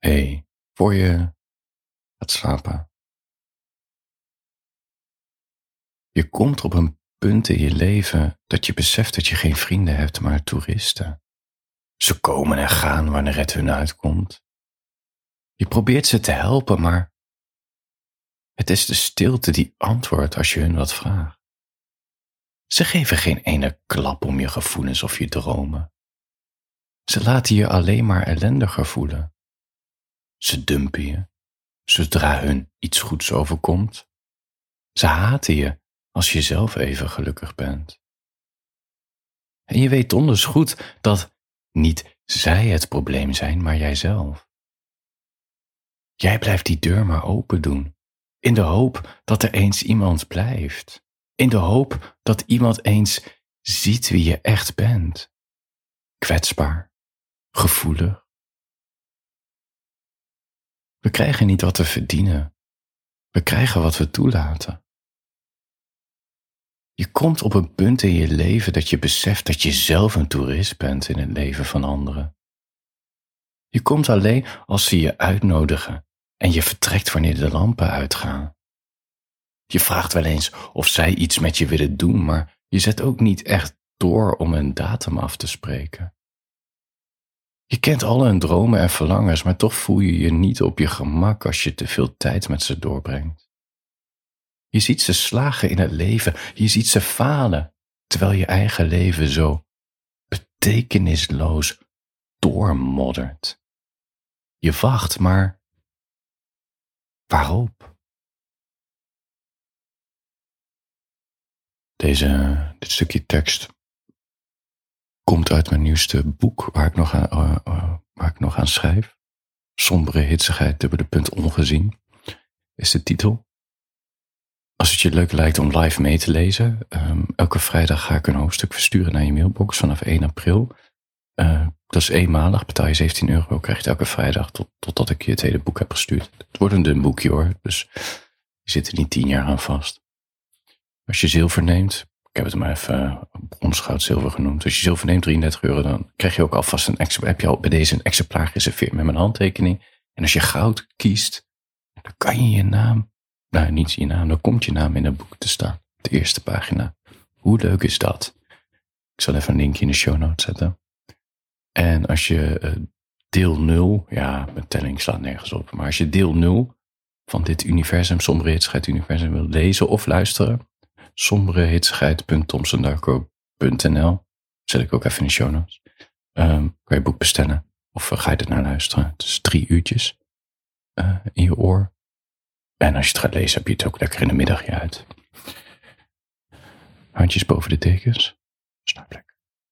Hey, voor je gaat slapen. Je komt op een punt in je leven dat je beseft dat je geen vrienden hebt, maar toeristen. Ze komen en gaan wanneer het hun uitkomt. Je probeert ze te helpen, maar het is de stilte die antwoordt als je hun wat vraagt. Ze geven geen ene klap om je gevoelens of je dromen. Ze laten je alleen maar ellendiger voelen. Ze dumpen je, zodra hun iets goeds overkomt. Ze haten je als je zelf even gelukkig bent. En je weet donders goed dat niet zij het probleem zijn, maar jijzelf. Jij blijft die deur maar open doen, in de hoop dat er eens iemand blijft. In de hoop dat iemand eens ziet wie je echt bent. Kwetsbaar, gevoelig. We krijgen niet wat we verdienen. We krijgen wat we toelaten. Je komt op een punt in je leven dat je beseft dat je zelf een toerist bent in het leven van anderen. Je komt alleen als ze je uitnodigen en je vertrekt wanneer de lampen uitgaan. Je vraagt wel eens of zij iets met je willen doen, maar je zet ook niet echt door om een datum af te spreken. Je kent al hun dromen en verlangens, maar toch voel je je niet op je gemak als je te veel tijd met ze doorbrengt. Je ziet ze slagen in het leven, je ziet ze falen, terwijl je eigen leven zo betekenisloos doormoddert. Je wacht, maar waarop? Dit stukje tekst komt uit mijn nieuwste boek waar ik nog aan schrijf. Sombere hitsigheid, dubbele punt ongezien, is de titel. Als het je leuk lijkt om live mee te lezen, elke vrijdag ga ik een hoofdstuk versturen naar je mailbox vanaf 1 april. Dat is eenmalig, betaal je €17, krijg je het elke vrijdag totdat ik je het hele boek heb gestuurd. Het wordt een dun boekje hoor, dus je zit er niet 10 jaar aan vast. Als je zilver neemt, ik heb het maar even brons, goud, zilver genoemd. Als je zilver neemt, €33, dan krijg je ook alvast een exemplaar. Heb je al bij deze een exemplaar gereserveerd met mijn handtekening. En als je goud kiest, dan kan je je naam, nou niet je naam, dan komt je naam in het boek te staan. De eerste pagina. Hoe leuk is dat? Ik zal even een linkje in de show notes zetten. En als je deel 0, ja, mijn telling slaat nergens op. Maar als je deel 0 van dit universum, sombere hitsigheid universum, wil lezen of luisteren, somberehitsigheid.thomsondarko.nl, zet ik ook even in de show notes. Kan je het boek bestellen of ga je er naar luisteren. Het is 3 uurtjes in je oor. En als je het gaat lezen, heb je het ook lekker in de middagje uit. Handjes boven de dekens. Slaap lekker.